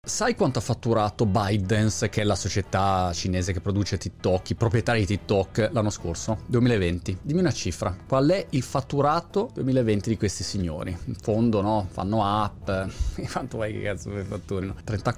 sai quanto ha fatturato ByteDance, che è la società cinese che produce TikTok, i proprietari di TikTok, l'anno scorso? 2020. Dimmi una cifra. Qual è il fatturato 2020 di questi signori? In fondo, no? Fanno app. Quanto vuoi che cazzo vi fatturino?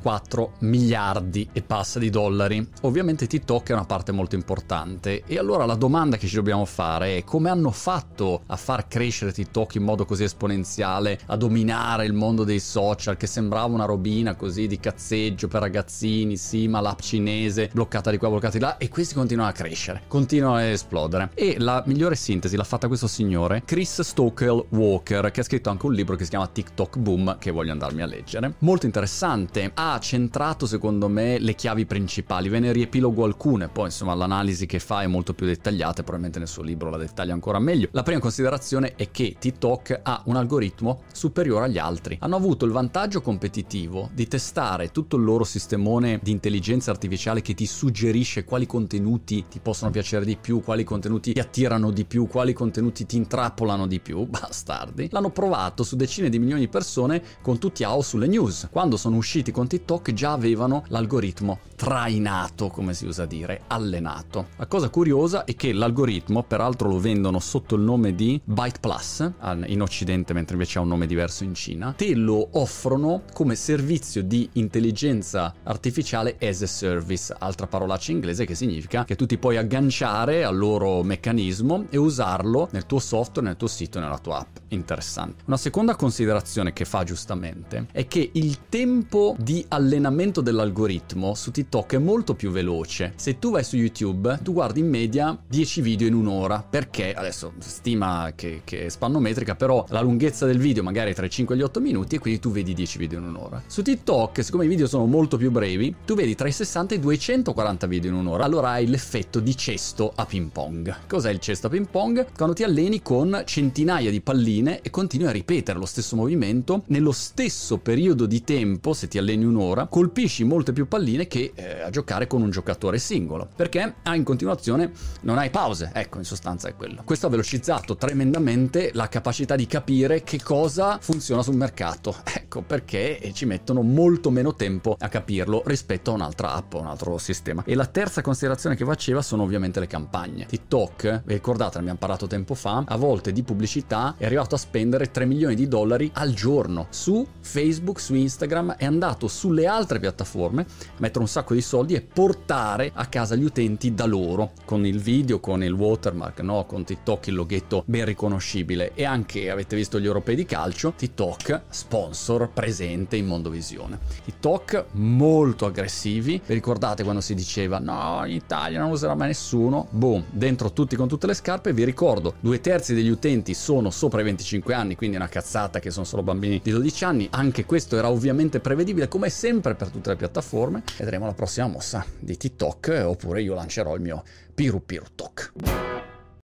34 miliardi e passa di dollari. Ovviamente TikTok è una parte molto importante. E allora la domanda che ci dobbiamo fare è: come hanno fatto a far crescere TikTok in modo così esponenziale, a dominare il mondo dei social, che sembrava una robina così di cazzeggio per ragazzini, sì, ma l'app cinese bloccata di qua, bloccata di là, e questi continuano a crescere, continuano a esplodere. E la migliore sintesi l'ha fatta questo signore, Chris Stockwell-Walker, che ha scritto anche un libro che si chiama TikTok Boom, che voglio andarmi a leggere. Molto interessante, ha centrato secondo me le chiavi principali, ve ne riepilogo alcune, poi insomma l'analisi che fa è molto più dettagliata, probabilmente nel suo libro la dettaglia ancora meglio. La prima considerazione è che TikTok ha un algoritmo superiore agli altri. Hanno avuto il vantaggio competitivo di testare tutto il loro sistemone di intelligenza artificiale che ti suggerisce quali contenuti ti possono piacere di più, quali contenuti ti attirano di più, quali contenuti ti intrappolano di più. Bastardi. L'hanno provato su decine di milioni di persone con tutti a sulle news. Quando sono usciti con TikTok già avevano l'algoritmo trainato, come si usa dire, allenato. La cosa curiosa è che l'algoritmo, peraltro lo vendono sotto il nome di Byte Plus in Occidente, mentre invece ha un nome diverso in Cina, te lo offrono come servizio di intelligenza artificiale as a service, altra parolaccia inglese che significa che tu ti puoi agganciare al loro meccanismo e usarlo nel tuo software, nel tuo sito, nella tua app. Interessante. Una seconda considerazione che fa giustamente è che il tempo di allenamento dell'algoritmo su TikTok è molto più veloce. Se tu vai su YouTube, tu guardi in media 10 video in un'ora, perché adesso stima che è spannometrica, però la lunghezza del video magari è tra i 5 e gli 8 minuti e quindi tu vedi 10 video in un'ora. Su TikTok, siccome i video sono molto più brevi, tu vedi tra i 60 e i 240 video in un'ora. Allora hai l'effetto di cesto a ping pong. Cos'è il cesto a ping pong? Quando ti alleni con centinaia di palline e continui a ripetere lo stesso movimento nello stesso periodo di tempo. Se ti alleni un'ora, colpisci molte più palline che a giocare con un giocatore singolo, perché in continuazione non hai pause. Ecco, in sostanza è quello. Questo ha velocizzato tremendamente la capacità di capire che cosa funziona sul mercato. Ecco perché ci mettono molto meno tempo a capirlo rispetto a un'altra app o un altro sistema. E la terza considerazione che faceva sono ovviamente le campagne. TikTok, vi ricordate, ne abbiamo parlato tempo fa, a volte di pubblicità è arrivato a spendere 3 milioni di dollari al giorno su Facebook, su Instagram, è andato sulle altre piattaforme, mettere un sacco di soldi e portare a casa gli utenti da loro, con il video, con il watermark, no? Con TikTok il loghetto ben riconoscibile. E anche, avete visto gli europei di calcio, TikTok sponsor presente in Mondovisione. TikTok molto aggressivi. Vi ricordate quando si diceva no, in Italia non userà mai nessuno? Boom, dentro tutti con tutte le scarpe. Vi ricordo, 2/3 degli utenti sono sopra i 25 anni, quindi è una cazzata che sono solo bambini di 12 anni. Anche questo era ovviamente prevedibile, come sempre per tutte le piattaforme. Vedremo la prossima mossa di TikTok, oppure io lancerò il mio Piru Piru Talk.